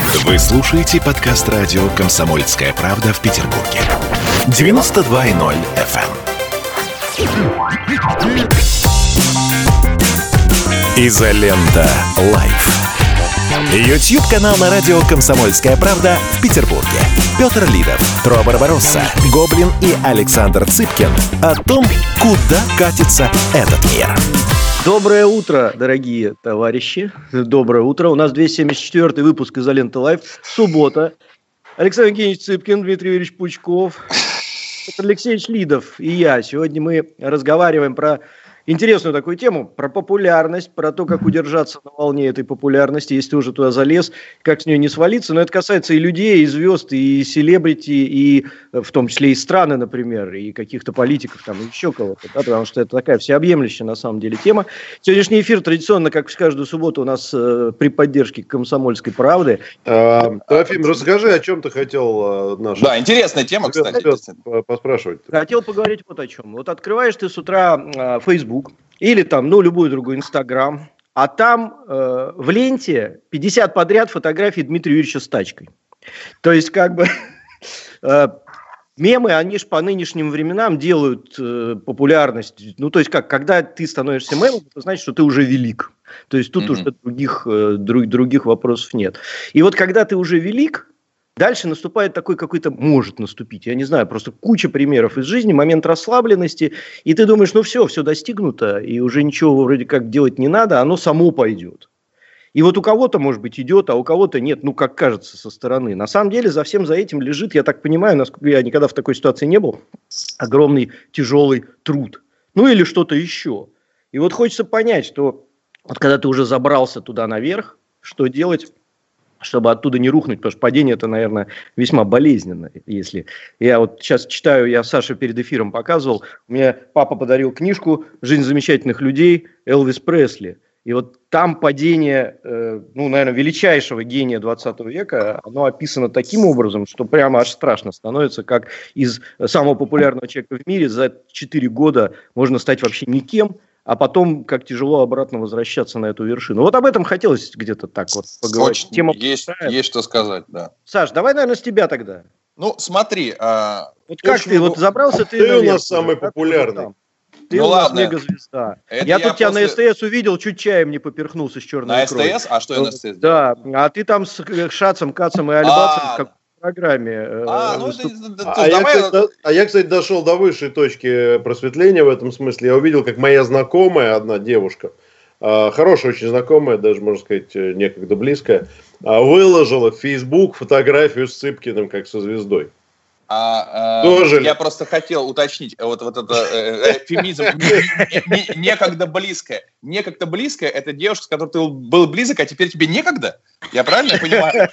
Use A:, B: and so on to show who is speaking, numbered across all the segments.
A: Вы слушаете подкаст радио «Комсомольская правда» в Петербурге. 92.0 FM. Изолента Лайф. YouTube-канал на радио «Комсомольская правда» в Петербурге. Петр Лидов, Тро Барбаросса, Гоблин и Александр Цыпкин о том, куда катится этот мир.
B: Доброе утро, дорогие товарищи. Доброе утро. У нас 274-й выпуск «Изоленты Лайф». Суббота. Александр Евгеньевич Цыпкин, Дмитрий Юрьевич Пучков, Петр Алексеевич Лидов и я. Сегодня мы разговариваем про интересную такую тему, про популярность, про то, как удержаться на волне этой популярности, если ты уже туда залез, как с нее не свалиться. Но это касается и людей, и звезд, и селебрити, и в том числе и страны, например, и каких-то политиков, там, и еще кого-то, да, потому что это такая всеобъемлющая на самом деле тема. Сегодняшний эфир традиционно, как каждую субботу, у нас при поддержке «Комсомольской правды».
C: Трофим, расскажи, о чем ты хотел нашу...
D: Да, интересная тема, кстати.
C: Поспрашивать.
B: Хотел поговорить вот о чем. Вот открываешь ты с утра Facebook, или там, любой другой Инстаграм, а там в ленте 50 подряд фотографий Дмитрия Юрьевича с тачкой. То есть, как бы, мемы, они же по нынешним временам делают популярность. Ну, то есть, когда ты становишься мемом, это значит, что ты уже велик. То есть, тут уже других вопросов нет. И вот, когда ты уже велик, дальше наступает такой какой-то, может наступить, я не знаю, просто куча примеров из жизни, момент расслабленности, и ты думаешь, все достигнуто, и уже ничего вроде как делать не надо, оно само пойдет. И вот у кого-то, может быть, идет, а у кого-то нет, как кажется со стороны. На самом деле, за всем за этим лежит, я так понимаю, насколько я никогда в такой ситуации не был, огромный тяжелый труд. Или что-то еще. И вот хочется понять, что вот когда ты уже забрался туда наверх, что делать, чтобы оттуда не рухнуть, потому что падение это, наверное, весьма болезненно. Если я вот сейчас читаю, я Саше перед эфиром показывал, мне папа подарил книжку «Жизнь замечательных людей» Элвис Пресли. И вот там падение, наверное, величайшего гения 20 века, оно описано таким образом, что прямо аж страшно становится, как из самого популярного человека в мире за 4 года можно стать вообще никем, а потом как тяжело обратно возвращаться на эту вершину. Вот об этом хотелось где-то так вот поговорить.
D: Очень тема есть что сказать, да.
B: Саш, давай, наверное, с тебя тогда.
D: Смотри.
B: Вот как ты, вот забрался ты
C: наверх, у нас самый популярный.
B: Ты у нас мегазвезда. Я тут тебя на СТС увидел, чуть чаем не поперхнулся с черной икрой.
D: На СТС? А что я на СТС?
B: Да, а ты там с Шацем, Кацем и Альбацем в программе.
C: Я, кстати, дошел до высшей точки просветления в этом смысле. Я увидел, как моя знакомая, одна девушка, хорошая очень знакомая, даже, можно сказать, некогда близкая, выложила в Facebook фотографию с Цыпкиным, как со звездой.
D: Я просто хотел уточнить, вот это эвфемизм некогда близкая. Некогда близкая – это девушка, с которой ты был близок, а теперь тебе некогда? Я правильно понимаю?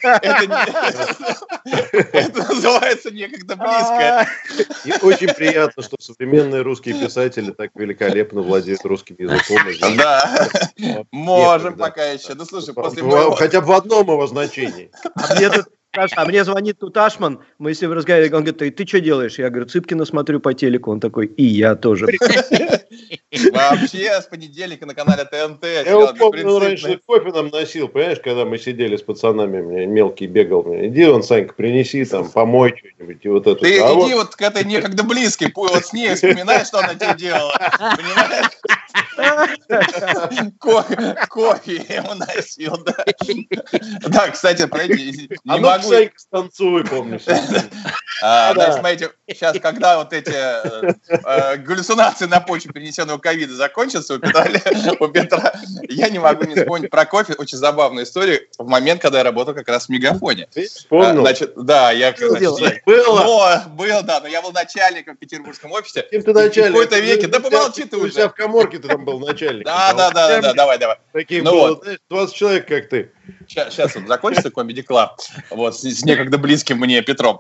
D: Это называется некогда близкая.
C: И очень приятно, что современные русские писатели так великолепно владеют русским языком.
D: Да, можем пока еще. Ну, слушай,
C: хотя бы в одном его значении.
B: А мне звонит тут Ашман, мы с ним разговариваем, он говорит, ты что делаешь? Я говорю, Цыпкина смотрю по телеку. Он такой, и я тоже.
D: Вообще, с понедельника на канале ТНТ.
C: Я помню, он раньше кофе нам носил, понимаешь, когда мы сидели с пацанами, мелкий бегал. Иди, Санька, принеси, там, помой что-нибудь. И вот это.
D: Ты иди вот к этой некогда близкой, вот с ней вспоминай, что она тебе делала. Понимаешь? Кофе ему носил, да. Да, кстати, пройди, не могу.
C: Санька, станцуй, помнишь.
D: Значит, смотрите, сейчас, когда вот эти галлюцинации на почве перенесенного ковида закончатся у Петра, я не могу не вспомнить про кофе. Очень забавная история. В момент, когда я работал как раз в Мегафоне.
C: Вспомнил?
D: Значит, да, я...
C: Было,
D: да, но я был начальником в петербургском офисе.
C: Кем ты начальник?
D: В какой-то веке. Да помолчи ты уже.
C: У себя в каморке ты там был начальник.
D: Да, давай.
C: Таких было, 20 человек, как ты.
D: Сейчас вот закончится Comedy Club, вот, с некогда близким мне Петром.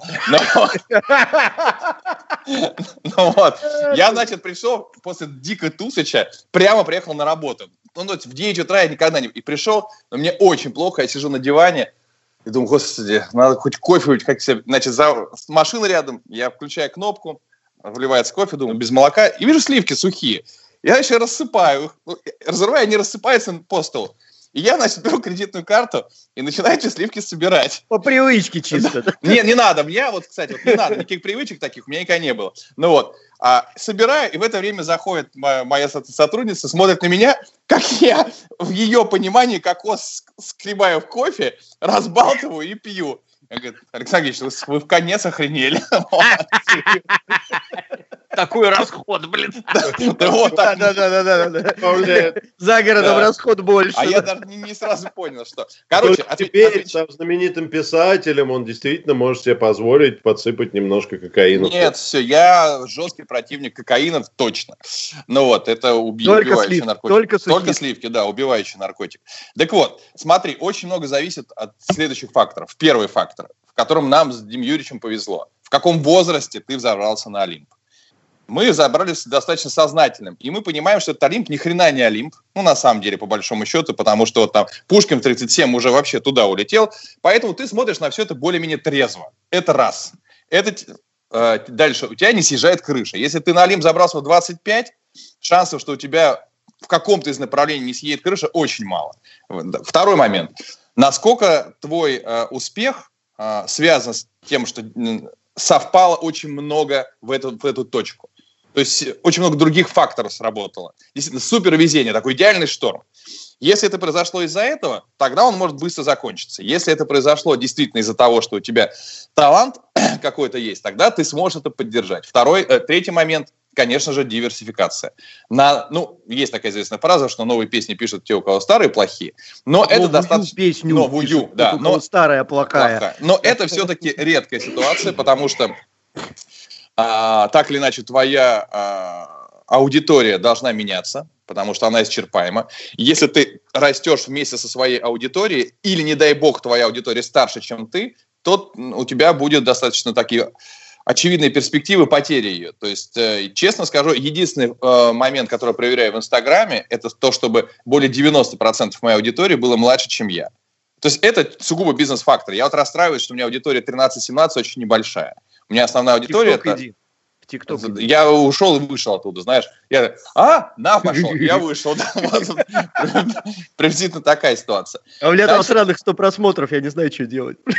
D: Я, значит, пришел после дико тусача, прямо приехал на работу. В 9 утра я никогда не... И пришел, но мне очень плохо, я сижу на диване, и думаю, господи, надо хоть кофе выпить, как себе... Значит, машина рядом, я включаю кнопку, вливается кофе, думаю, без молока, и вижу сливки сухие. Я еще рассыпаю их, разрываю, они рассыпаются по столу. И я, значит, беру кредитную карту и начинаю эти сливки собирать.
B: По привычке чисто.
D: Не надо. Мне, вот, кстати, не надо. Никаких привычек таких у меня никогда не было. Ну вот. Собираю, и в это время заходит моя сотрудница, смотрит на меня, как я, в ее понимании, кокос скребаю в кофе, разбалтываю и пью. Я говорю: Александр Ильич, вы в конец охренели.
B: Такой расход, блин.
C: Да.
B: За городом расход больше.
D: А я даже не сразу понял, что... Короче,
C: теперь став знаменитым писателем, он действительно может себе позволить подсыпать немножко кокаина.
D: Нет, все, я жесткий противник кокаина, точно. Ну вот, это убивающий наркотик. Только сливки, да, убивающий наркотик. Так вот, смотри, очень много зависит от следующих факторов. Первый фактор, в котором нам с Дим Юрьевичем повезло. В каком возрасте ты взобрался на Олимп? Мы забрались достаточно сознательным. И мы понимаем, что этот Олимп ни хрена не Олимп. Ну, на самом деле, по большому счету, потому что вот там Пушкин в 37 уже вообще туда улетел. Поэтому ты смотришь на все это более-менее трезво. Это раз. Дальше. У тебя не съезжает крыша. Если ты на Олимп забрался в 25, шансов, что у тебя в каком-то из направлений не съедет крыша, очень мало. Второй момент. Насколько твой успех связан с тем, что совпало очень много в эту точку. То есть очень много других факторов сработало. Действительно, супервезение, такой идеальный шторм. Если это произошло из-за этого, тогда он может быстро закончиться. Если это произошло действительно из-за того, что у тебя талант какой-то есть, тогда ты сможешь это поддержать. Третий момент, конечно же, диверсификация. Есть такая известная фраза, что новые песни пишут те, у кого старые плохие. Но это достаточно...
B: Песню
D: новую, да.
B: Но старая плохая.
D: Но это все-таки редкая ситуация, потому что так или иначе твоя аудитория должна меняться, потому что она исчерпаема. Если ты растешь вместе со своей аудиторией, или, не дай бог, твоя аудитория старше, чем ты, то у тебя будет достаточно такие очевидные перспективы потери ее. То есть, честно скажу, единственный момент, который я проверяю в Инстаграме, это то, чтобы более 90% моей аудитории было младше, чем я. То есть это сугубо бизнес-фактор. Я вот расстраиваюсь, что у меня аудитория 13-17 очень небольшая. У меня основная аудитория...
B: ТикТок.
D: Я ушел и вышел оттуда, знаешь. Я пошел, я вышел. Приблизительно такая ситуация.
B: А у меня там сраных 100 просмотров, я не знаю, что делать.
D: У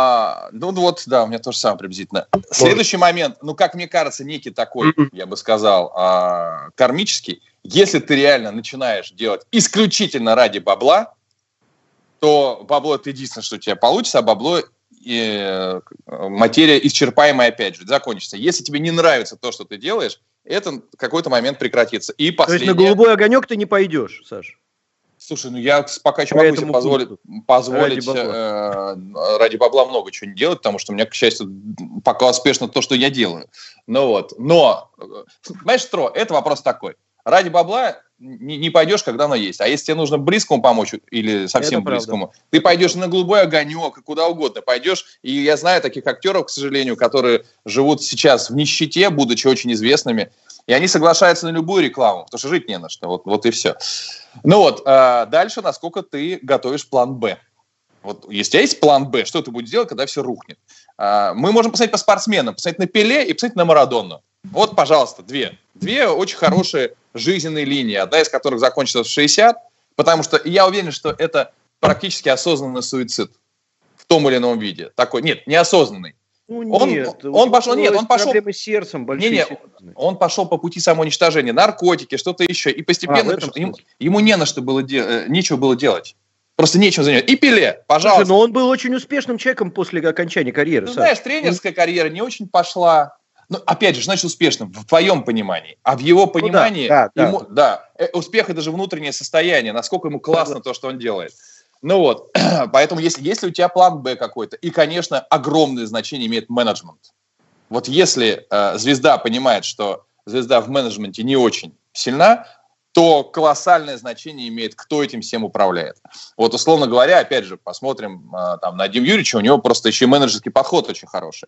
D: меня тоже самое приблизительно. Следующий момент, как мне кажется, некий такой, я бы сказал, кармический. Если ты реально начинаешь делать исключительно ради бабла, то бабло – это единственное, что у тебя получится, а бабло материя исчерпаемая, опять же, закончится. Если тебе не нравится то, что ты делаешь, это в какой-то момент прекратится. И последнее...
B: То есть на голубой огонек ты не пойдешь, Саш?
D: Слушай, я пока еще могу себе позволить ради бабла много чего не делать, потому что у меня, к счастью, пока успешно то, что я делаю. Но, понимаешь, Тро, это вопрос такой. Ради бабла не пойдешь, когда оно есть. А если тебе нужно близкому помочь или совсем это близкому, правда. Ты пойдешь на голубой огонек, куда угодно пойдешь. И я знаю таких актеров, к сожалению, которые живут сейчас в нищете, будучи очень известными. И они соглашаются на любую рекламу, потому что жить не на что. Вот и все. Дальше, насколько ты готовишь план «Б». Вот если у тебя есть план «Б», что ты будешь делать, когда все рухнет? Мы можем посмотреть по спортсменам, посмотреть на Пеле и посмотреть на Марадону. Вот, пожалуйста, две очень хорошие жизненные линии, одна из которых закончилась в 60, потому что я уверен, что это практически осознанный суицид в том или ином виде. Такой, нет, неосознанный. Он пошел
B: проблемы с сердцем большие.
D: Он пошел по пути самоуничтожения, наркотики, что-то еще, и постепенно ему нечего было делать. Просто нечем заняться. И Пеле, пожалуйста.
B: Слушай, но он был очень успешным человеком после окончания карьеры.
D: Ты знаешь, тренерская карьера не очень пошла. Опять же, значит, успешным в твоем понимании. А в его понимании успех – это же внутреннее состояние, насколько ему классно то, что он делает. Поэтому если у тебя план «Б» какой-то, и, конечно, огромное значение имеет менеджмент. Вот если звезда понимает, что звезда в менеджменте не очень сильна, то колоссальное значение имеет, кто этим всем управляет. Условно говоря, опять же, посмотрим на Диму Юрьевича, у него просто еще и менеджерский подход очень хороший.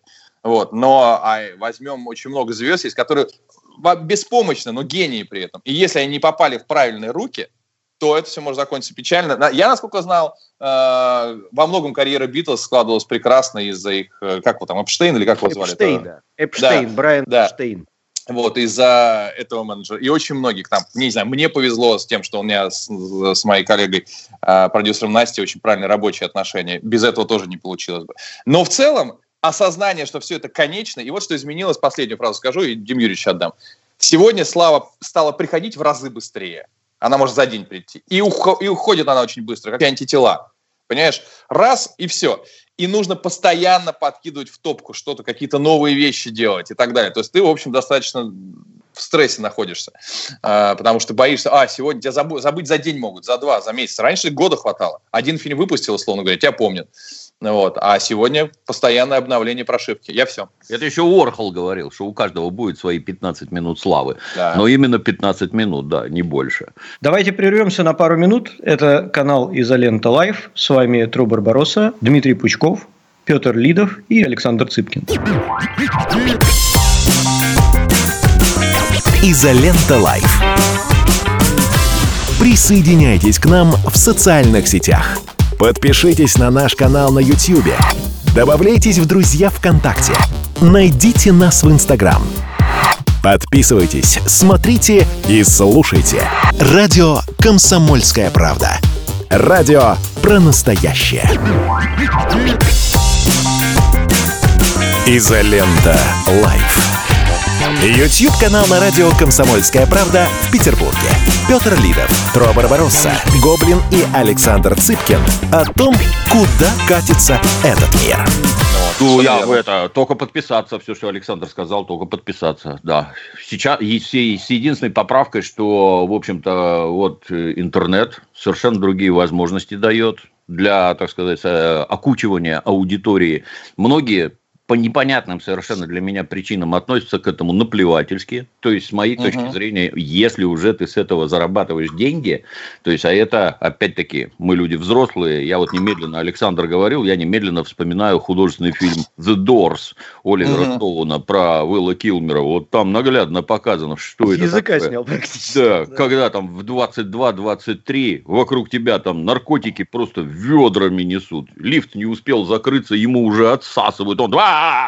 D: Но возьмем очень много звезд, есть, которые беспомощны, но гении при этом. И если они не попали в правильные руки, то это все может закончиться печально. Я, насколько знал, во многом карьера Битлз складывалась прекрасно из-за их, Эпштейн или как его звали?
B: Эпштейн, Брайан Эпштейн.
D: Вот, из-за этого менеджера. И очень многих там, не знаю, мне повезло с тем, что у меня с моей коллегой, продюсером Настей, очень правильные рабочие отношения. Без этого тоже не получилось бы. Но в целом осознание, что все это конечно, и вот что изменилось, последнюю фразу скажу, и Дим Юрьевичу отдам. Сегодня Слава стала приходить в разы быстрее. Она может за день прийти. И уходит она очень быстро, как антитела. Понимаешь? Раз, и все. И нужно постоянно подкидывать в топку что-то, какие-то новые вещи делать и так далее. То есть ты, в общем, достаточно в стрессе находишься, потому что боишься, сегодня тебя забыть за день могут, за 2, за месяц. Раньше года хватало. Один фильм выпустил, условно говоря, тебя помнят. Вот. А сегодня постоянное обновление прошивки. Я все.
E: Это еще Уорхол говорил, что у каждого будет свои 15 минут славы. Да. Но именно 15 минут, да, не больше.
B: Давайте прервемся на пару минут. Это канал «Изолента Лайф». С вами Тро Барбаросса, Дмитрий Пучков, Петр Лидов и Александр Цыпкин.
A: «Изолента Лайф». Присоединяйтесь к нам в социальных сетях. Подпишитесь на наш канал на YouTube. Добавляйтесь в друзья ВКонтакте. Найдите нас в Инстаграм. Подписывайтесь, смотрите и слушайте. Радио «Комсомольская правда». Радио про настоящее. «Изолента Лайф». YouTube-канал на радио «Комсомольская правда» в Петербурге. Петр Лидов, Тро Барбаросса, Гоблин и Александр Цыпкин о том, куда катится этот мир.
E: Ну, только подписаться, все, что Александр сказал, только подписаться, да. Сейчас с единственной поправкой, что, в общем-то, вот интернет совершенно другие возможности дает для, так сказать, окучивания аудитории. Многие по непонятным совершенно для меня причинам относятся к этому наплевательски. То есть, с моей точки зрения, если уже ты с этого зарабатываешь деньги, то есть, а это, опять-таки, мы люди взрослые, я вот немедленно, Александр говорил, я немедленно вспоминаю художественный фильм «The Doors» Оливера Стоуна про Уилла Килмера. Вот там наглядно показано, что это
B: языка
E: такое.
B: Снял практически.
E: Да, когда там в 22-23 вокруг тебя там наркотики просто ведрами несут. Лифт не успел закрыться, ему уже отсасывают. Он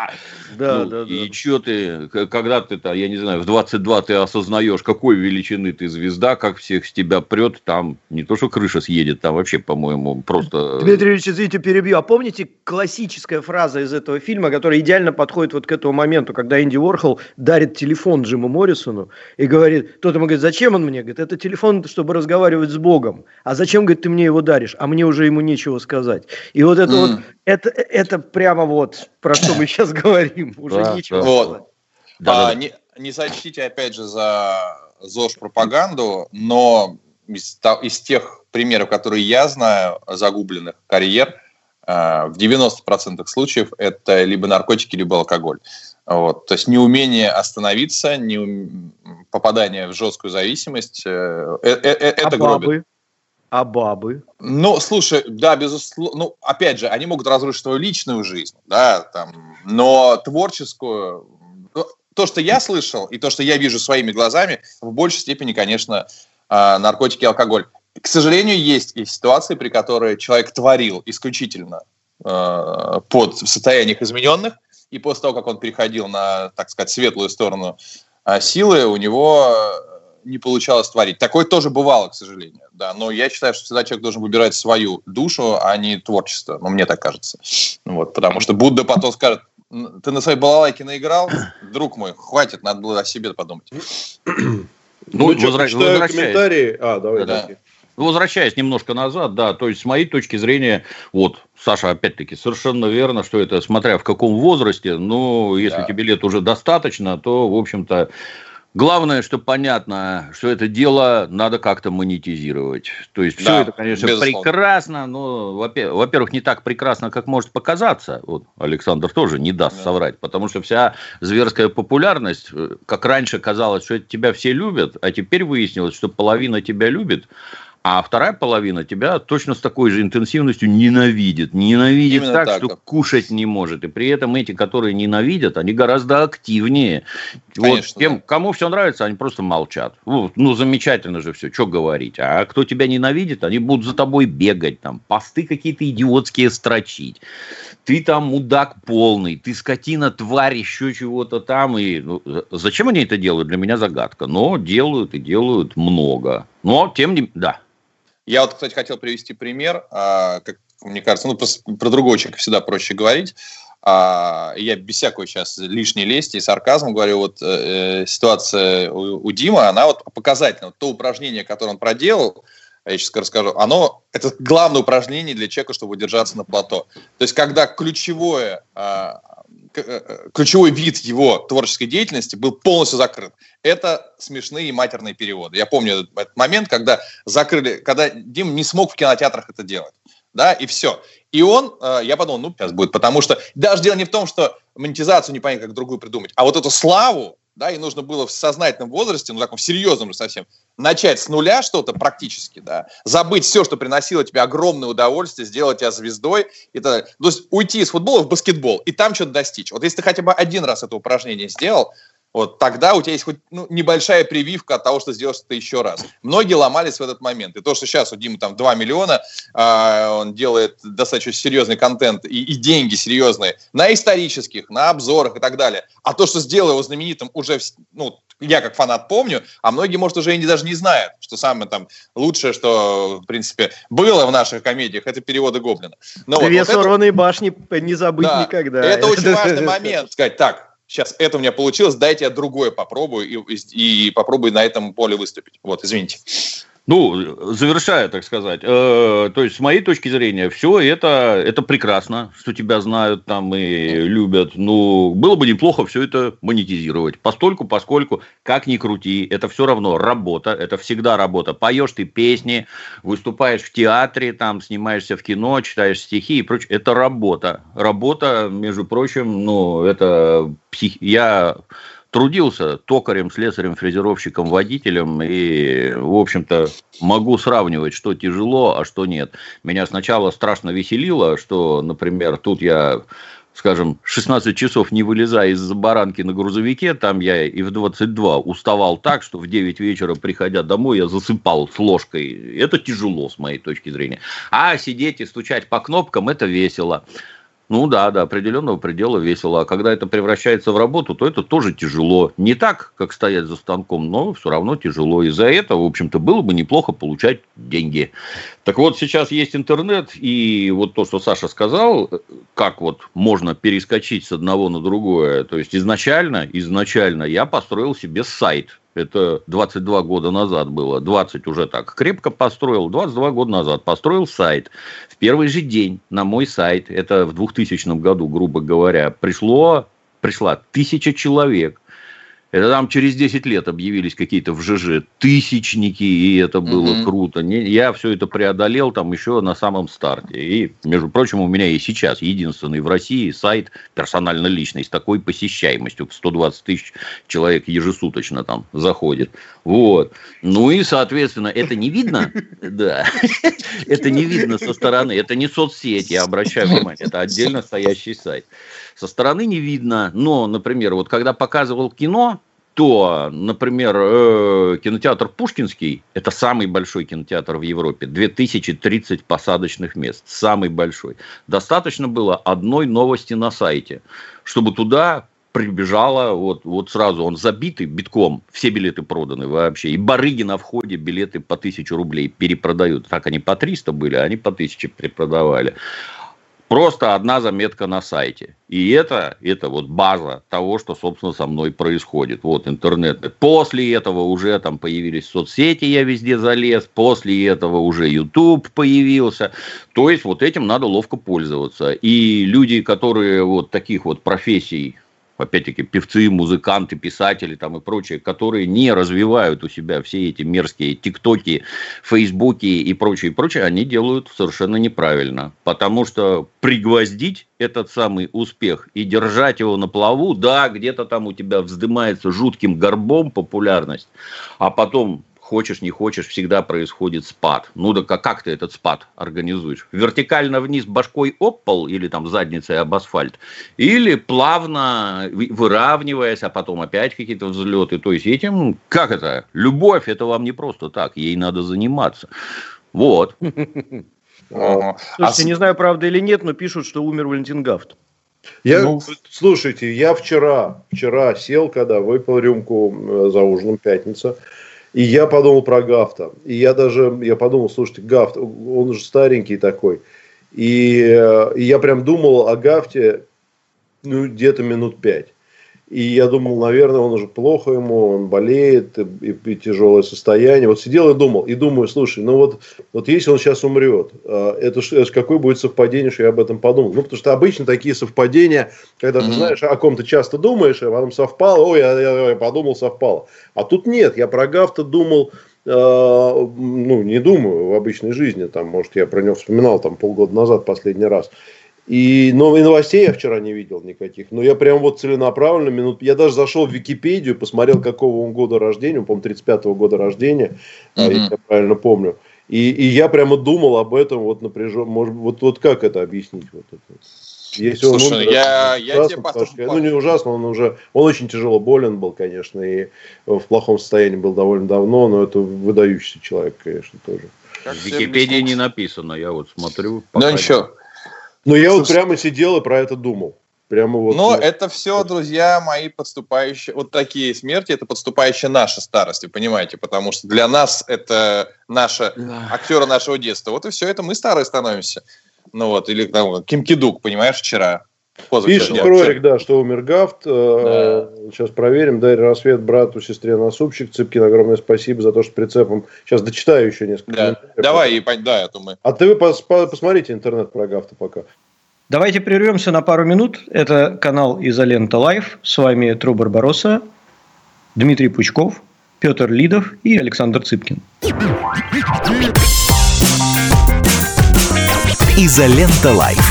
E: и что ты, когда ты, я не знаю, в 22 ты осознаешь, какой величины ты звезда, как всех с тебя прет, там не то, что крыша съедет, там вообще, по-моему, просто...
B: Дмитрий Ильич, извините, перебью. А помните классическая фраза из этого фильма, которая идеально подходит вот к этому моменту, когда Энди Уорхол дарит телефон Джиму Моррисону и говорит, тот ему говорит, зачем он мне? Говорит, это телефон, чтобы разговаривать с Богом. А зачем, говорит, ты мне его даришь? А мне уже ему нечего сказать. И вот это вот, это прямо вот, про что мы сейчас говорим. Уже нечего сказать.
D: Вот. Не сочтите, опять же, за ЗОЖ-пропаганду, но из тех примеров, которые я знаю, загубленных карьер, в 90% случаев это либо наркотики, либо алкоголь. Вот. То есть неумение остановиться, попадание в жесткую зависимость, это гробит.
B: А бабы?
D: Ну, слушай, да, безусловно. Ну, опять же, они могут разрушить твою личную жизнь, да, там, но творческую... То, что я слышал, и то, что я вижу своими глазами, в большей степени, конечно, наркотики и алкоголь. К сожалению, есть и ситуации, при которой человек творил исключительно под состояниях измененных, и после того, как он переходил на, так сказать, светлую сторону силы, у него не получалось творить. Такое тоже бывало, к сожалению. Да, но я считаю, что всегда человек должен выбирать свою душу, а не творчество. Ну, мне так кажется. Вот, потому что Будда потом скажет, ты на своей балалайке наиграл, друг мой, хватит, надо было о себе подумать.
C: Читаю комментарии. Давай.
E: Возвращаясь немножко назад, да, то есть с моей точки зрения, вот, Саша, опять-таки, совершенно верно, что это смотря в каком возрасте, но если тебе лет уже достаточно, то, в общем-то, главное, что понятно, что это дело надо как-то монетизировать. То есть, все это, конечно, безусловно, прекрасно, но, во-первых, не так прекрасно, как может показаться. Вот Александр тоже не даст соврать, потому что вся зверская популярность, как раньше казалось, что это тебя все любят, а теперь выяснилось, что половина тебя любит, А вторая половина тебя точно с такой же интенсивностью ненавидит. Ненавидит
D: Именно
E: так,
D: так,
E: что
D: да.
E: кушать не может. И при этом эти, которые ненавидят, они гораздо активнее.
D: Конечно,
E: вот тем,
D: да.
E: кому все нравится, они просто молчат. Ну, замечательно же все, что говорить. А кто тебя ненавидит, они будут за тобой бегать, там, посты какие-то идиотские строчить. Ты там мудак полный, ты скотина, тварь, еще чего-то там. И, зачем они это делают, для меня загадка. Но делают и делают много. Но тем не менее, да.
D: Я вот, кстати, хотел привести пример, как мне кажется, про другого человека всегда проще говорить. Я без всякой сейчас лишней лести и сарказма говорю, вот ситуация у Димы, она вот показательна. То упражнение, которое он проделал, я сейчас расскажу, это главное упражнение для человека, чтобы удержаться на плато. То есть, когда ключевой вид его творческой деятельности был полностью закрыт. Это смешные и матерные переводы. Я помню этот момент, когда Дима не смог в кинотеатрах это делать. Да, и все. И я подумал, сейчас будет, потому что даже дело не в том, что монетизацию непонятно как другую придумать, а вот эту славу, да, и нужно было в сознательном возрасте, таком серьезном же совсем, начать с нуля что-то практически, да, забыть все, что приносило тебе огромное удовольствие, сделать тебя звездой и так далее. То есть уйти из футбола в баскетбол и там что-то достичь. Вот если ты хотя бы один раз это упражнение сделал, вот тогда у тебя есть хоть небольшая прививка от того, что сделаешь это еще раз. Многие ломались в этот момент. И то, что сейчас у Димы там 2 миллиона, он делает достаточно серьезный контент и деньги серьезные на исторических, на обзорах и так далее. А то, что сделал его знаменитым уже, я как фанат помню, а многие, может, уже даже не знают, что самое там лучшее, что, в принципе, было в наших комедиях, это переводы Гоблина.
B: Две сорванные башни не забыть никогда.
D: Это очень важный момент. Сказать, так, сейчас это у меня получилось, дайте я другое попробую и попробую на этом поле выступить. Вот, извините.
E: Завершая, так сказать, то есть, с моей точки зрения, все это прекрасно, что тебя знают там и любят. Было бы неплохо все это монетизировать. Поскольку, как ни крути, это все равно работа, это всегда работа. Поешь ты песни, выступаешь в театре, там, снимаешься в кино, читаешь стихи и прочее. Это работа. Работа, между прочим, я трудился токарем, слесарем, фрезеровщиком, водителем, и, в общем-то, могу сравнивать, что тяжело, а что нет. Меня сначала страшно веселило, что, например, тут я, скажем, 16 часов не вылезая из-за баранки на грузовике, там я и в 22 уставал так, что в 9 вечера, приходя домой, я засыпал с ложкой. Это тяжело, с моей точки зрения. А сидеть и стучать по кнопкам – это весело. До определенного предела весело. А когда это превращается в работу, то это тоже тяжело. Не так, как стоять за станком, но все равно тяжело. И за это, в общем-то, было бы неплохо получать деньги. Так вот, сейчас есть интернет, и вот то, что Саша сказал, как вот можно перескочить с одного на другое. То есть, изначально я построил себе сайт. Это 22 года назад было. 20 уже так крепко построил. 22 года назад построил сайт. В первый же день на мой сайт, это в 2000 году, грубо говоря, пришла 1000 человек. Это там через 10 лет объявились какие-то в ЖЖ тысячники, и это было круто. Я все это преодолел там еще на самом старте. И, между прочим, у меня и сейчас единственный в России сайт персонально личный с такой посещаемостью. 120 тысяч человек ежесуточно там заходит. Вот. И, соответственно, это не видно. Да. Это не видно со стороны. Это не соцсеть, я обращаю внимание. Это отдельно стоящий сайт. Со стороны не видно, но, например, вот когда показывал кино, то, например, кинотеатр Пушкинский, это самый большой кинотеатр в Европе, 2030 посадочных мест, самый большой. Достаточно было одной новости на сайте, чтобы туда прибежало, вот сразу он забитый битком, все билеты проданы вообще, и барыги на входе билеты по 1000 рублей перепродают, так они по 300 были, а они по 1000 перепродавали. Просто одна заметка на сайте. И это вот база того, что, собственно, со мной происходит. Вот интернет. После этого уже там появились соцсети, я везде залез. После этого уже YouTube появился. То есть, вот этим надо ловко пользоваться. И люди, которые вот таких вот профессий, опять-таки, певцы, музыканты, писатели там и прочее, которые не развивают у себя все эти мерзкие тиктоки, фейсбуки и прочее, они делают совершенно неправильно. Потому что пригвоздить этот самый успех и держать его на плаву, да, где-то там у тебя вздымается жутким горбом популярность, а потом хочешь не хочешь, всегда происходит спад. Ну да как ты этот спад организуешь? Вертикально вниз башкой об пол или там задницей об асфальт? Или плавно выравниваясь, а потом опять какие-то взлеты? То есть этим, как это? Любовь, это вам не просто так, ей надо заниматься. Вот.
B: Слушайте, не знаю, правда или нет, но пишут, что умер Валентин Гафт.
C: Слушайте, я вчера сел, когда выпил рюмку за ужином, пятница, и я подумал про Гафта. И я подумал, слушайте, Гафт, он же старенький такой. И я прям думал о Гафте, где-то минут 5. И я думал, наверное, он уже плохо ему, он болеет, и тяжелое состояние. Вот сидел и думаю, слушай, вот если он сейчас умрет, это какое будет совпадение, что я об этом подумал. Потому что обычно такие совпадения, когда ты знаешь, о ком ты часто думаешь, а потом совпало, я подумал, совпало. А тут нет, я про Гафта думал, не думаю в обычной жизни, там, может, я про него вспоминал там полгода назад последний раз. И новостей я вчера не видел никаких. Но я прям вот целенаправленно я даже зашел в Википедию, посмотрел, какого он года рождения. Он, по-моему, 35-го года рождения, если я правильно помню. И я прямо думал об этом вот напряженно. Может, вот как это объяснить? Вот это? Если
D: слушай, я тебе
C: не ужасно, он очень тяжело болен был, конечно, и в плохом состоянии был довольно давно, но это выдающийся человек, конечно, тоже.
E: В Википедии не написано, я вот смотрю.
D: Ну ничего.
C: Но я вот прямо сидел и про это думал.
D: Но это все, друзья мои, подступающие, вот такие смерти, это подступающая наша старость, вы понимаете, потому что для нас это наши актеры нашего детства. Вот и все это мы старые становимся. Или там Ким Ки-дук, понимаешь, вчера.
C: Пишет Крорик, да, что умер Гафт. Да. Сейчас проверим. Дарья Рассвет, брату, сестре Насупчик. Цыпкин, огромное спасибо за то, что прицепом. Сейчас дочитаю еще несколько.
D: Да. Давай, я думаю.
C: А вы посмотрите интернет про Гафта пока.
B: Давайте прервемся на пару минут. Это канал Изолента Лайф. С вами Тро Барбаросса, Дмитрий Пучков, Петр Лидов и Александр Цыпкин.
A: Изолента Лайф.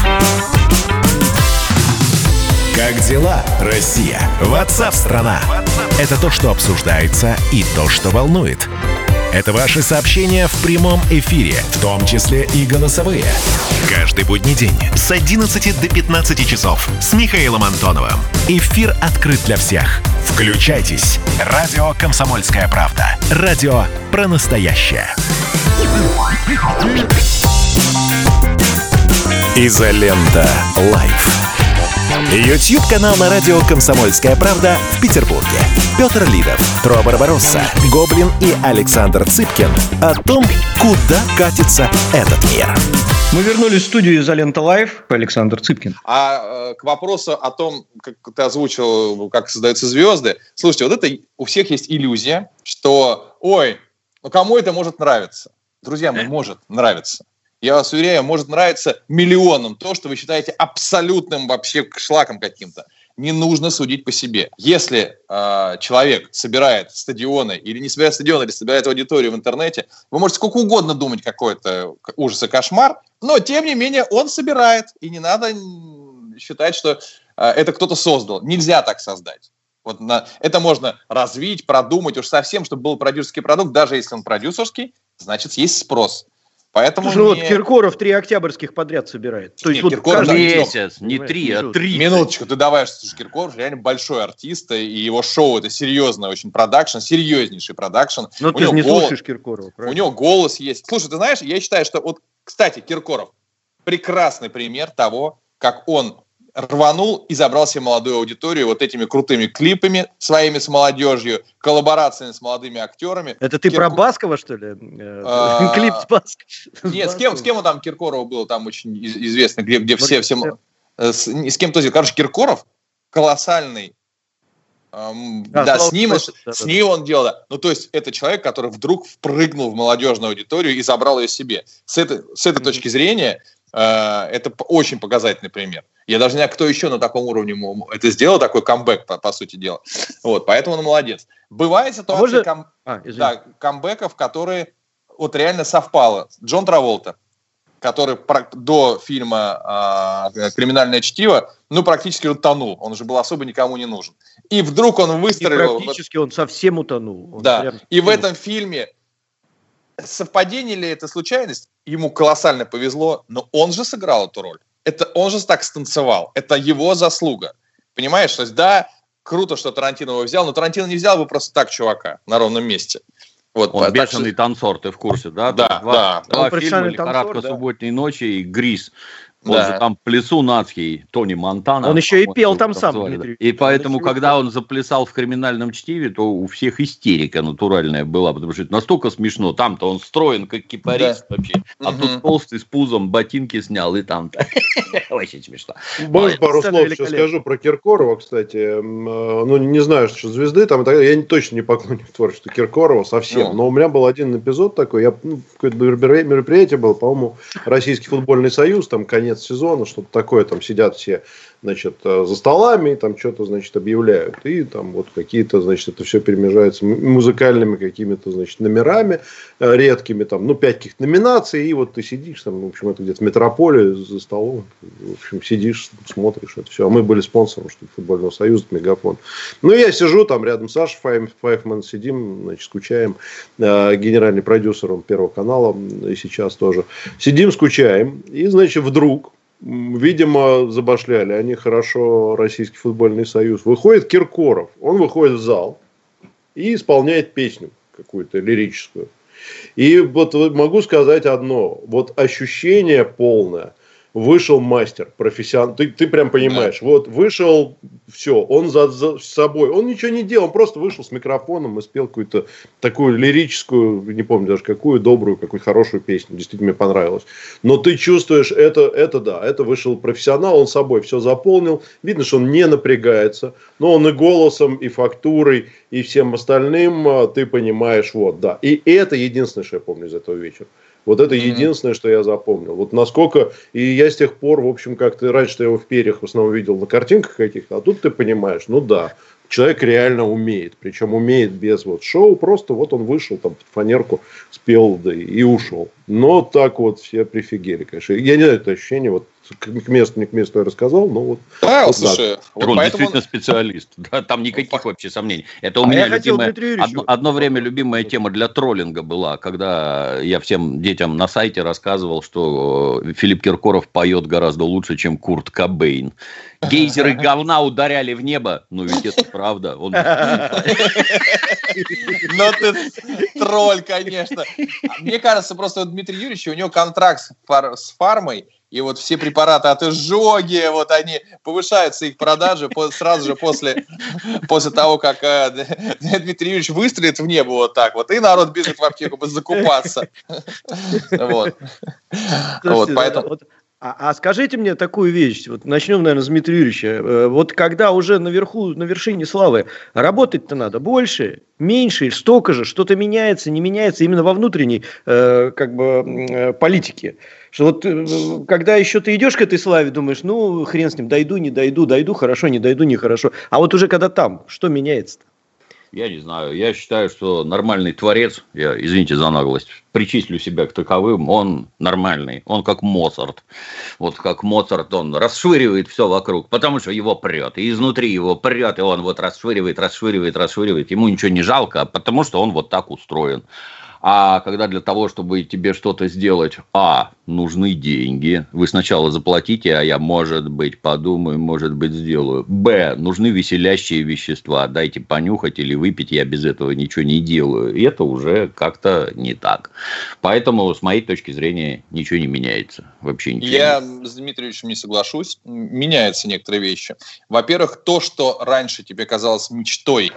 A: Как дела, Россия? WhatsApp-страна! Это то, что обсуждается, и то, что волнует. Это ваши сообщения в прямом эфире, в том числе и голосовые. Каждый будний день с 11 до 15 часов с Михаилом Антоновым. Эфир открыт для всех. Включайтесь. Радио «Комсомольская правда». Радио про настоящее. Изолента Лайф. YouTube-канал на радио «Комсомольская правда» в Петербурге. Петр Лидов, Тро Барбаросса, Гоблин и Александр Цыпкин о том, куда катится этот мир.
B: Мы вернулись в студию «Изолента Лайф». Александр Цыпкин.
D: А к вопросу о том, как ты озвучил, как создаются звезды. Слушайте, вот это у всех есть иллюзия, что, кому это может нравиться? Друзья мои, может нравиться. Я вас уверяю, может нравиться миллионам то, что вы считаете абсолютным вообще шлаком каким-то. Не нужно судить по себе. Если человек собирает стадионы или не собирает стадионы, или собирает аудиторию в интернете, вы можете сколько угодно думать, какой-это ужас и кошмар, но тем не менее он собирает. И не надо считать, что это кто-то создал. Нельзя так создать. Это можно развить, продумать уж совсем, чтобы был продюсерский продукт. Даже если он продюсерский, значит есть спрос. Поэтому
B: Киркоров 3 октябрьских подряд собирает. То есть
E: Киркоров месяц, не 3, а 3.
D: Минуточку, ты давай, что Киркоров реально большой артист, и его шоу это серьезный очень продакшн, серьезнейший продакшн.
B: Но ты же не слушаешь Киркорова, правильно?
D: У него голос есть. Слушай, ты знаешь, я считаю, что кстати, Киркоров прекрасный пример того, как он рванул и забрал себе молодую аудиторию вот этими крутыми клипами своими с молодежью, коллаборациями с молодыми актерами.
B: Это ты про Баскова, что ли? Клип с Басковым?
D: Нет, с кем он там, Киркоров был там очень известно, где все... С кем-то... Короче, Киркоров колоссальный. С ним он делал. То есть, это человек, который вдруг впрыгнул в молодежную аудиторию и забрал ее себе. С этой точки зрения, это очень показательный пример. Я даже не знаю, кто еще на таком уровне это сделал, такой камбэк, по сути дела. Поэтому он молодец. Бывает ситуация камбэков, которые реально совпало. Джон Траволта, который до фильма «Криминальное чтиво» практически утонул. Он уже был особо никому не нужен. И вдруг он выстрелил.
B: И практически он совсем утонул.
D: И в этом фильме совпадение ли это случайность? Ему колоссально повезло, но он же сыграл эту роль. Это он же так станцевал. Это его заслуга. Понимаешь? То есть, да, круто, что Тарантино его взял, но Тарантино не взял бы просто так чувака на ровном месте. Вот,
E: он бешеный танцор, ты в курсе, да?
D: Да.
E: Два фильма «Лихорадка субботней ночи» и «Гриз». Он же там плясун адский, Тони Монтана.
B: Он еще и пел там сам, Дмитрий.
E: И поэтому, когда он заплясал в «Криминальном чтиве», то у всех истерика натуральная была, потому что это настолько смешно. Там-то он строен, как кипарис вообще. А тут толстый с пузом, ботинки снял, и там-то. Очень смешно.
C: Может, пару слов сейчас скажу про Киркорова, кстати. Ну, не знаю, что звезды там. Я точно не поклонник творчества Киркорова совсем. Но у меня был один эпизод такой. Какое-то мероприятие было, по-моему, Российский футбольный союз, там конец сезона, что-то такое, там сидят все, значит, за столами, там что-то, значит, объявляют, и там вот какие-то, значит, это все перемежается музыкальными какими-то, значит, номерами редкими, там, 5 каких-то номинаций, и вот ты сидишь, там, в общем, это где-то в метрополе за столом, в общем, сидишь, смотришь это все, а мы были спонсором, что ли, футбольного союза, Мегафон. Я сижу там рядом с Сашей Файфман, сидим, значит, скучаем, генеральный продюсер Первого канала, и сейчас тоже, сидим, скучаем, и, значит, вдруг, видимо, забашляли они хорошо Российский футбольный союз. Выходит Киркоров. Он выходит в зал и исполняет песню какую-то лирическую. И вот могу сказать одно. Вот ощущение полное. Вышел мастер, профессионал. Ты прям понимаешь. Вот вышел, все, он за собой. Он ничего не делал, он просто вышел с микрофоном и спел какую-то такую лирическую, не помню даже какую, добрую, какую-то хорошую песню. Действительно мне понравилось. Но ты чувствуешь, это вышел профессионал, он собой все заполнил. Видно, что он не напрягается. Но он и голосом, и фактурой, и всем остальным, ты понимаешь, вот, да. И это единственное, что я помню из этого вечера. Вот это единственное, что я запомнил. Вот насколько... И я с тех пор, в общем, как-то раньше я его в перьях в основном видел на картинках каких-то, а тут ты понимаешь, да, человек реально умеет. Причем умеет без шоу, просто вот он вышел, там, под фанерку спел, да и ушел. Но так вот все прифигели, конечно. Я не знаю, это ощущение, вот к месту, не к месту я рассказал, но вот...
D: Слушай,
E: он действительно специалист. Да, там никаких вообще сомнений. Это у меня одно время любимая тема для троллинга была, когда я всем детям на сайте рассказывал, что Филипп Киркоров поет гораздо лучше, чем Курт Кобейн. Гейзеры говна ударяли в небо. Ведь это правда.
D: Но ты тролль, конечно. Мне кажется, просто Дмитрий Юрьевич, у него контракт с фармой, и вот все препараты от изжоги, вот они повышаются, их продажи сразу же после того, как Дмитрий Юрьевич выстрелит в небо вот так вот, и народ бежит в аптеку закупаться. Вот. Поэтому...
B: А скажите мне такую вещь, вот начнем, наверное, с Дмитрия Юрьевича. Вот когда уже наверху, на вершине славы, работать-то надо больше, меньше, столько же, что-то меняется, не меняется именно во внутренней политике. Что вот когда еще ты идешь к этой славе, думаешь, хрен с ним, дойду, не дойду, дойду хорошо, не дойду, нехорошо. А вот уже когда там, что меняется-то?
E: Я не знаю. Я считаю, что нормальный творец, я, извините за наглость, причислю себя к таковым, он нормальный. Он как Моцарт. Вот как Моцарт, он расшвыривает все вокруг, потому что его прет. И изнутри его прет, и он вот расшвыривает. Ему ничего не жалко, потому что он вот так устроен. А когда для того, чтобы тебе что-то сделать, нужны деньги, вы сначала заплатите, а я, может быть, подумаю, может быть, сделаю. Нужны веселящие вещества, дайте понюхать или выпить, я без этого ничего не делаю. И это уже как-то не так. Поэтому, с моей точки зрения, ничего не меняется. Вообще ничего.
D: Я с Дмитриевичем не соглашусь. Меняются некоторые вещи. Во-первых, то, что раньше тебе казалось мечтой,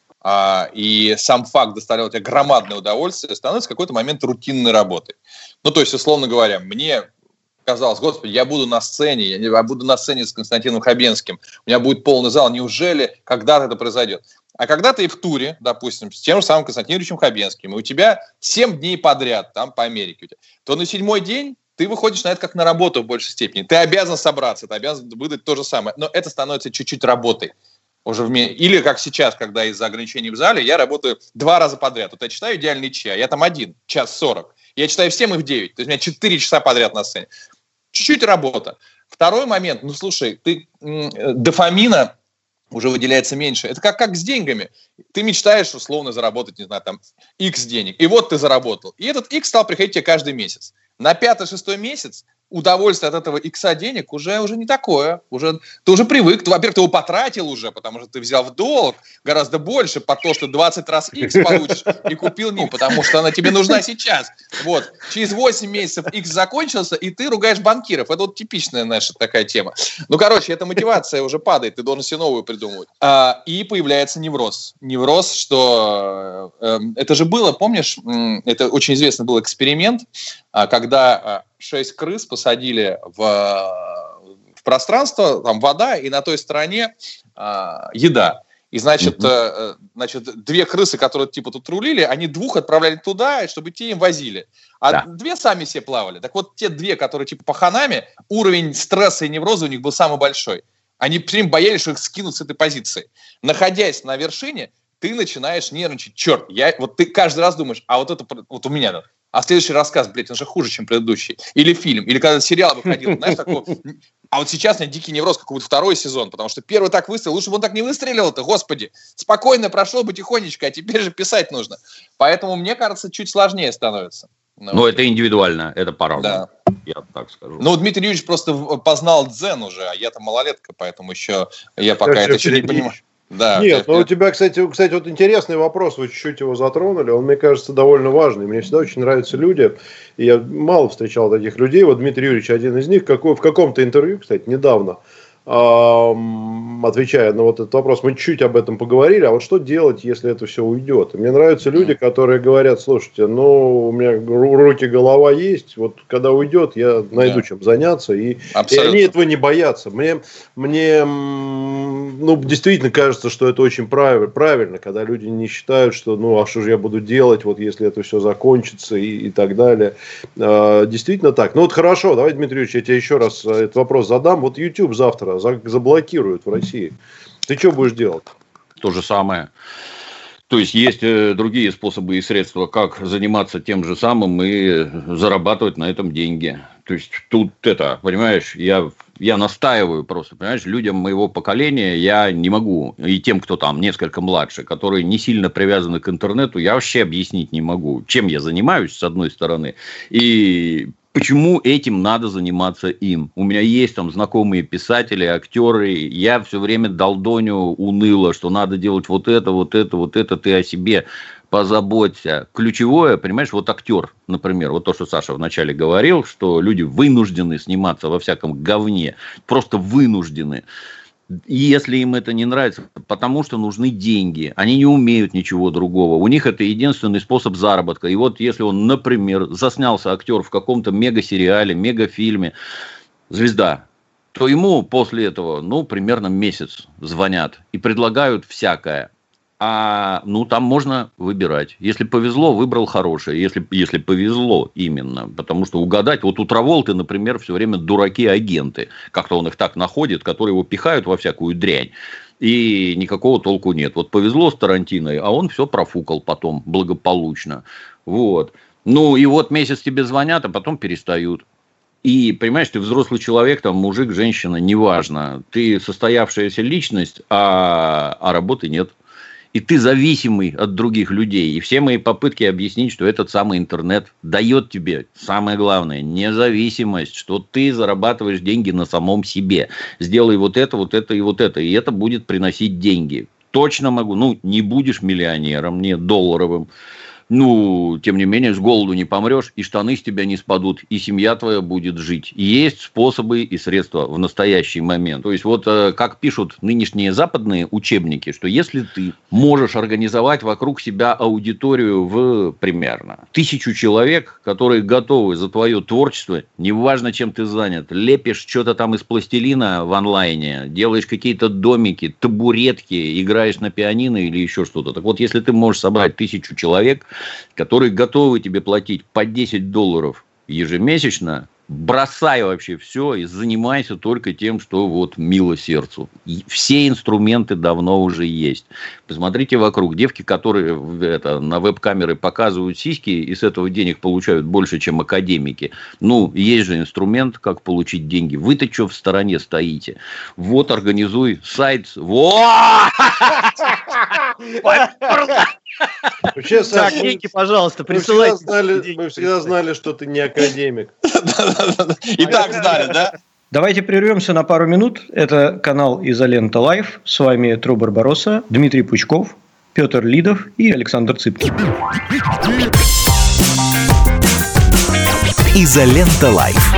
D: и сам факт доставлял тебе громадное удовольствие, становится в какой-то момент рутинной работой. То есть, условно говоря, мне казалось, господи, я буду на сцене с Константином Хабенским, у меня будет полный зал, неужели когда-то это произойдет? А когда ты в туре, допустим, с тем же самым Константином Юрьевичем Хабенским, и у тебя 7 дней подряд, там по Америке, то на 7-й день ты выходишь на это как на работу в большей степени. Ты обязан собраться, ты обязан выдать то же самое, но это становится чуть-чуть работой. Или как сейчас, когда из-за ограничений в зале я работаю 2 раза подряд. Вот я читаю «Идеальный чай», я там 1 час 40. Я читаю в 7 и в 9. То есть у меня 4 часа подряд на сцене. Чуть-чуть работа. Второй момент. Слушай, ты дофамина уже выделяется меньше. Это как с деньгами. Ты мечтаешь условно заработать, не знаю, там, X денег. И вот ты заработал. И этот X стал приходить тебе каждый месяц. На 5-6 месяц удовольствие от этого икса денег уже не такое. Ты уже привык. Во-первых, ты его потратил уже, потому что ты взял в долг гораздо больше по то, что 20 раз икс получишь и купил не, потому что она тебе нужна сейчас. Вот. Через 8 месяцев икс закончился, и ты ругаешь банкиров. Это вот типичная наша такая тема. Ну, короче, эта мотивация уже падает, ты должен себе новую придумывать. И появляется невроз. Невроз, что... это же было, помнишь, это очень известный был эксперимент, когда 6 крыс посадили в пространство, там вода, и на той стороне еда. И, значит, 2 крысы, которые типа тут рулили, они 2 отправляли туда, чтобы те им возили. А 2 сами себе плавали. Так вот, те 2, которые типа паханами, уровень стресса и невроза у них был самый большой. Они все время боялись, что их скинут с этой позиции. Находясь на вершине, ты начинаешь нервничать. Черт, вот ты каждый раз думаешь, а вот это вот у меня... А следующий рассказ, блядь, он же хуже, чем предыдущий. Или фильм, или когда сериал выходил, знаешь, такой... А вот сейчас у меня дикий невроз, какой-то 2-й сезон, потому что 1-й так выстрелил, лучше бы он так не выстрелил-то, господи. Спокойно прошел бы тихонечко, а теперь же писать нужно. Поэтому, мне кажется, чуть сложнее становится.
E: Но это индивидуально, это по-разному, я так скажу.
D: Ну, Дмитрий Юрьевич просто познал дзен уже, а я-то малолетка, поэтому еще я пока это еще не понимаю.
C: Да, нет, но у тебя, кстати, вот интересный вопрос, вы чуть-чуть его затронули, он, мне кажется, довольно важный. Мне всегда очень нравятся люди, и я мало встречал таких людей, вот Дмитрий Юрьевич один из них, в каком-то интервью, кстати, недавно, отвечая на вот этот вопрос, мы чуть-чуть об этом поговорили, а вот что делать, если это все уйдет? И мне нравятся люди, которые говорят, слушайте, ну, у меня руки, голова есть, вот когда уйдет, я найду чем заняться, и они этого не боятся. Мне действительно кажется, что это очень правильно, когда люди не считают, что, а что же я буду делать, вот если это все закончится и так далее. Действительно так. Ну вот хорошо, давай, Дмитрий Юрьевич, я тебе еще раз этот вопрос задам. Вот YouTube завтра заблокируют в России. Ты что будешь делать?
E: То же самое. То есть другие способы и средства, как заниматься тем же самым и зарабатывать на этом деньги. То есть тут понимаешь, я настаиваю просто, понимаешь, людям моего поколения я не могу, и тем, кто там несколько младше, которые не сильно привязаны к интернету, я вообще объяснить не могу, чем я занимаюсь, с одной стороны, и почему этим надо заниматься им. У меня есть там знакомые писатели, актеры, я все время долдоню уныло, что надо делать вот это, ты о себе позаботься. Ключевое, понимаешь, вот актер, например, вот то, что Саша вначале говорил, что люди вынуждены сниматься во всяком говне, просто вынуждены. И если им это не нравится, потому что нужны деньги, они не умеют ничего другого, у них это единственный способ заработка. И вот если он, например, заснялся актер в каком-то мега-сериале, мега-фильме, звезда, то ему после этого, примерно месяц звонят и предлагают всякое. Там можно выбирать. Если повезло, выбрал хорошее. Если повезло именно. Потому что угадать... Вот у Траволты, например, все время дураки-агенты. Как-то он их так находит, которые его пихают во всякую дрянь. И никакого толку нет. Вот повезло с Тарантиной, а он все профукал потом благополучно. Вот. И вот месяц тебе звонят, а потом перестают. И, понимаешь, ты взрослый человек, там, мужик, женщина, неважно. Ты состоявшаяся личность, а работы нет. И ты зависимый от других людей. И все мои попытки объяснить, что этот самый интернет дает тебе, самое главное, независимость, что ты зарабатываешь деньги на самом себе. Сделай вот это и вот это. И это будет приносить деньги. Точно могу. Не будешь миллионером, не долларовым. Тем не менее, с голоду не помрешь, и штаны с тебя не спадут, и семья твоя будет жить. И есть способы и средства в настоящий момент. То есть, вот как пишут нынешние западные учебники, что если ты можешь организовать вокруг себя аудиторию в примерно 1000 человек, которые готовы за твое творчество, неважно, чем ты занят, лепишь что-то там из пластилина в онлайне, делаешь какие-то домики, табуретки, играешь на пианино или еще что-то. Так вот, если ты можешь собрать 1000 человек, которые готовы тебе платить по $10 ежемесячно, бросай вообще все и занимайся только тем, что вот мило сердцу. И все инструменты давно уже есть. Посмотрите вокруг. Девки, которые на веб-камеры показывают сиськи и с этого денег получают больше, чем академики. Ну, есть же инструмент, как получить деньги. Вы-то что в стороне стоите? Вот, организуй сайт.
C: Вообще,
B: Так, деньги, пожалуйста, присылайте.
C: Мы всегда знали, что ты не академик.
D: И так знали, да?
B: Давайте прервемся на пару минут. Это канал «Изолента Лайф». С вами Тро Барбаросса, Дмитрий Пучков, Петр Лидов и Александр Цыпкин.
A: «Изолента Лайф».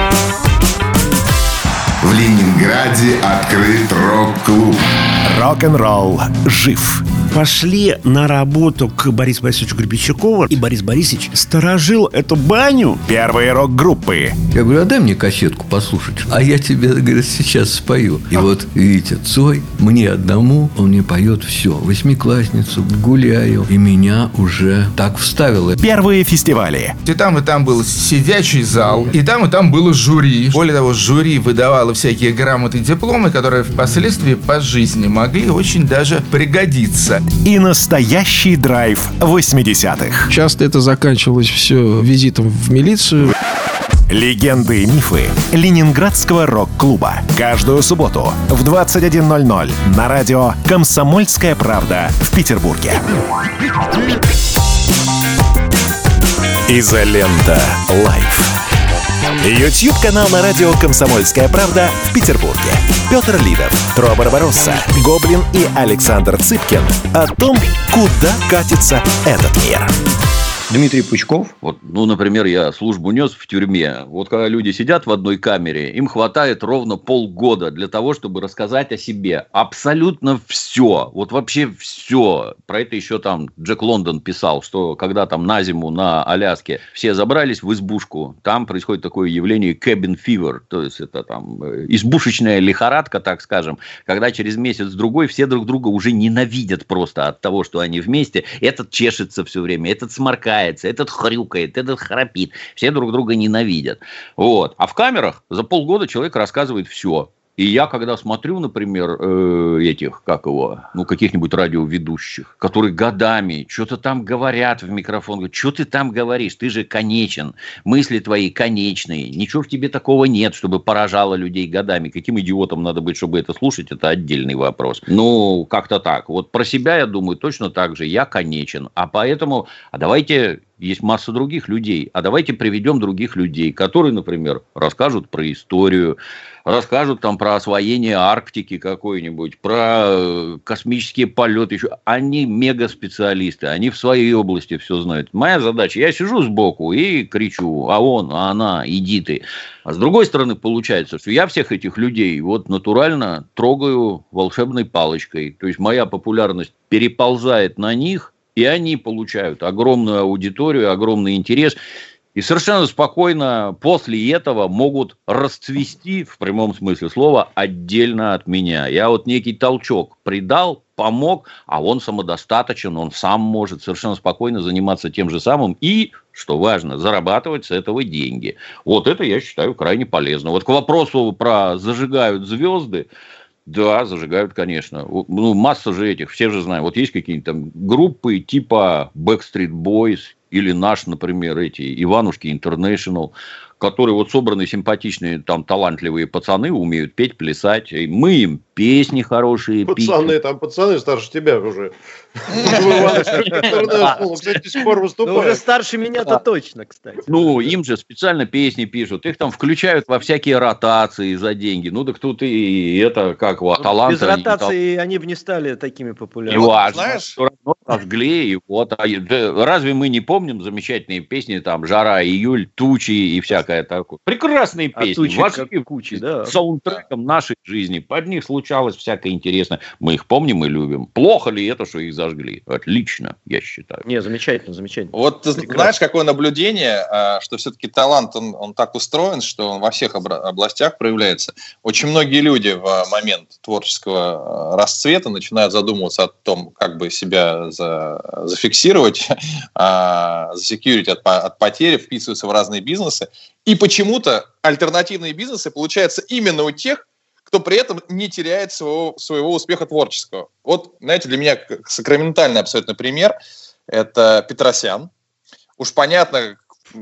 F: В Ленинграде открыт рок-клуб.
A: Рок-н-ролл жив.
G: Пошли на работу к Борису Борисовичу Гребенщикову, и Борис Борисович сторожил эту баню.
A: Первые рок-группы.
H: Я говорю, а дай мне кассетку послушать. А я тебе, говорит, сейчас спою. И вот, видите, Цой, мне одному, он мне поет все. Восьмиклассницу, гуляю. И меня уже так вставило.
A: Первые фестивали.
I: И там был сидячий зал, и там было жюри. Более того, жюри выдавало всякие грамоты и дипломы, которые впоследствии по жизни могли очень даже пригодиться.
A: И настоящий драйв 80-х.
J: Часто это заканчивалось все визитом в милицию.
A: Легенды и мифы Ленинградского рок-клуба. Каждую субботу в 21:00 на радио «Комсомольская правда» в Петербурге. «Изолента Лайф». YouTube-канал на радио «Комсомольская правда» в Петербурге. Петр Лидов, Тро Барбаросса, Гоблин и Александр Цыпкин о том, куда катится этот мир.
B: Дмитрий Пучков.
E: Вот, например, я службу нес в тюрьме. Вот когда люди сидят в одной камере, им хватает ровно полгода для того, чтобы рассказать о себе. Абсолютно все. Вот вообще все. Про это еще там Джек Лондон писал, что когда там на зиму на Аляске все забрались в избушку, там происходит такое явление cabin fever. То есть, это там избушечная лихорадка, так скажем. Когда через месяц-другой все друг друга уже ненавидят просто от того, что они вместе. Этот чешется все время, этот сморкает. Этот хрюкает, этот храпит. Все друг друга ненавидят. Вот. А в камерах за полгода человек рассказывает все. И я, когда смотрю, например, каких-нибудь радиоведущих, которые годами что-то там говорят в микрофон, говорят, что ты там говоришь, ты же конечен, мысли твои конечные, ничего в тебе такого нет, чтобы поражало людей годами. Каким идиотом надо быть, чтобы это слушать, это отдельный вопрос. Ну, как-то так. Вот про себя, я думаю, точно так же, я конечен. А поэтому, давайте... Есть масса других людей. А давайте приведем других людей, которые, например, расскажут про историю, расскажут там про освоение Арктики какой-нибудь, про космические полеты. Еще. Они мега-специалисты, они в своей области все знают. Моя задача, я сижу сбоку и кричу, а он, а она, иди ты. А с другой стороны, получается, что я всех этих людей вот натурально трогаю волшебной палочкой. То есть, моя популярность переползает на них, и они получают огромную аудиторию, огромный интерес. И совершенно спокойно после этого могут расцвести, в прямом смысле слова, отдельно от меня. Я вот некий толчок придал, помог, а он самодостаточен, он сам может совершенно спокойно заниматься тем же самым и, что важно, зарабатывать с этого деньги. Вот это я считаю крайне полезно. Вот к вопросу про «зажигают звезды». Да, зажигают, конечно. Ну, масса же этих, все же знают. Вот есть какие-нибудь там группы типа Backstreet Boys или наш, например, эти Иванушки International, которые вот собраны симпатичные, там, талантливые пацаны, умеют петь, плясать. И мы им песни хорошие
C: пацаны, там пацаны старше тебя уже. Кстати, до сих пор выступают.
B: Уже старше меня-то точно, кстати.
E: Ну, им же специально песни пишут. Их там включают во всякие ротации за деньги. Ну, так тут и это, как вот, таланты.
B: Без ротации они бы не стали такими популярными.
E: И важно, все равно жгли. Вот. Разве мы не помним замечательные песни, там, «Жара», «Июль», «Тучи» и всякое такое? Прекрасные песни.
B: Тучи, как кучи, да.
E: Саундтреком нашей жизни. Под них случайно случалось всякое интересное. Мы их помним и любим. Плохо ли это, что их зажгли? Отлично, я считаю.
B: Не, замечательно, замечательно.
D: Вот ты знаешь, какое наблюдение, что все-таки талант, он так устроен, что он во всех областях проявляется. Очень многие люди в момент творческого расцвета начинают задумываться о том, как бы себя зафиксировать, засекьюрить от потери, вписываются в разные бизнесы. И почему-то альтернативные бизнесы получаются именно у тех, кто при этом не теряет своего успеха творческого. Вот, знаете, для меня сакраментальный абсолютно пример – это Петросян. Уж понятно,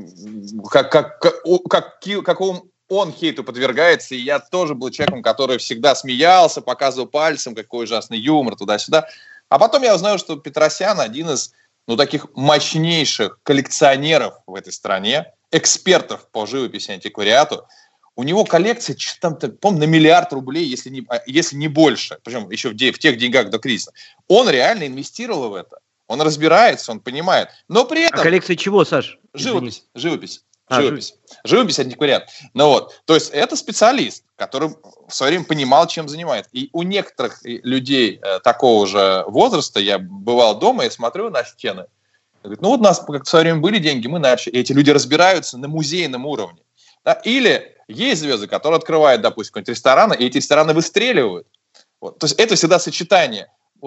D: какому он хейту подвергается, и я тоже был человеком, который всегда смеялся, показывал пальцем, какой ужасный юмор, туда-сюда. А потом я узнаю, что Петросян один из таких мощнейших коллекционеров в этой стране, экспертов по живописи и антиквариату. У него коллекция, по-моему, на $1 миллиард рублей, если не больше, причем еще в тех деньгах до кризиса. Он реально инвестировал в это. Он разбирается, он понимает. Но при этом...
B: А коллекция чего, Саш?
D: Живопись. Живопись, антиквариат. То есть это специалист, который в свое время понимал, чем занимается. И у некоторых людей такого же возраста, я бывал дома и смотрю на стены. Говорит, у нас в свое время были деньги, мы начали. И эти люди разбираются на музейном уровне. Да? Или есть звезды, которые открывают, допустим, какой-нибудь ресторан, и эти рестораны выстреливают. То есть это всегда сочетание.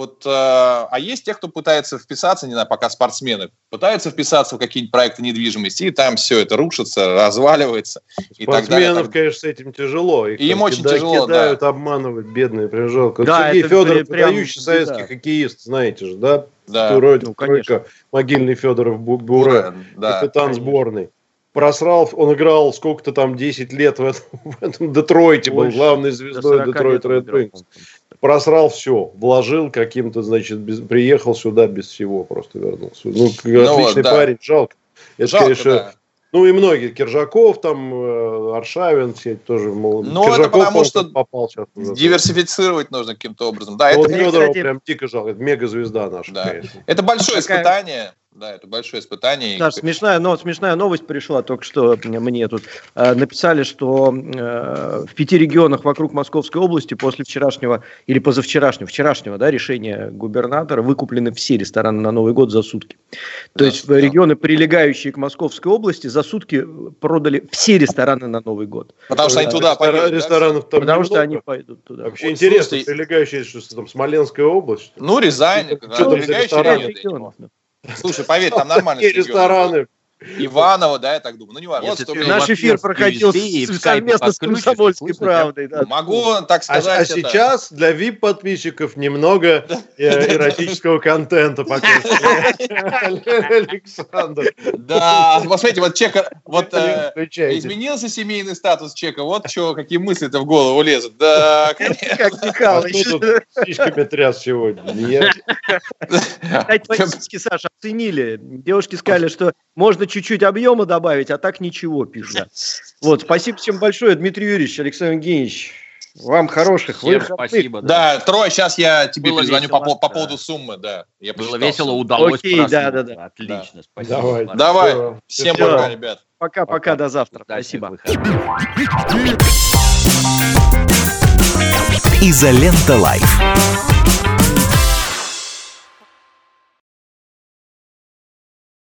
D: А есть те, кто пытается вписаться, не знаю, пока спортсмены, пытаются вписаться в какие-нибудь проекты недвижимости, и там все это рушится, разваливается.
C: Спортсменов, конечно, с этим тяжело.
D: Их им очень тяжело,
C: кидают, обманывают, бедные, жалко. Да, Сергей Федоров, выдающий советский хоккеист, знаете же, да?
D: Да.
C: Тройка, могильный Федоров, Буре, капитан сборной. Просрал, он играл сколько-то там, 10 лет в этом Детройте, был главной звездой Детройт Ред Вингс. Просрал все, вложил каким-то, приехал сюда без всего, просто вернулся. Отличный парень, жалко. Это, жалко, конечно, да. И многие, Киржаков, там, Аршавин, все тоже молодые.
D: Киржаков, это потому что попал сейчас диверсифицировать нужно каким-то образом. Да, это
C: Федорова прям дико жалко, это мегазвезда наша,
D: да.
C: Конечно.
D: Это большое испытание. Да, это большое испытание.
B: Саш, смешная новость пришла только что мне тут. Написали, что в 5 регионах вокруг Московской области после вчерашнего или позавчерашнего, решения губернатора выкуплены все рестораны на Новый год за сутки. То есть регионы, прилегающие к Московской области, за сутки продали все рестораны на Новый год.
D: Потому что они туда пойдут.
C: Ресторанов там
B: потому что они пойдут туда.
C: Вообще интересно, прилегающие, что там, Смоленская область?
D: Рязань, прилегающие регионы. Слушай, поверь, там нормальные
C: рестораны.
D: Иваново, да, я так думаю.
B: неважно. Наш эфир проходил совместно с «Комсомольской правдой». Да.
D: Могу так сказать.
C: А сейчас для VIP-подписчиков немного эротического контента пока. Александр.
D: Да, посмотрите, вот Чека, изменился семейный статус Чека, вот что, какие мысли-то в голову лезут. Да, конечно.
B: Как Михалыч.
C: Фишками тряс сегодня.
B: Подписки, Саша, оценили. Девушки сказали, что можно чуть-чуть объема добавить, а так ничего пишут. Вот, спасибо всем большое, Дмитрий Юрьевич, Александр Евгеньевич. Вам хороших выходных.
E: Спасибо.
D: Да, Трой, сейчас я тебе перезвоню по поводу суммы. Да.
E: Было весело, удалось.
B: Окей, да.
E: Отлично, спасибо.
D: Давай. Всем пока, ребят.
B: Пока, до завтра. Спасибо.
A: Изолента Лайф.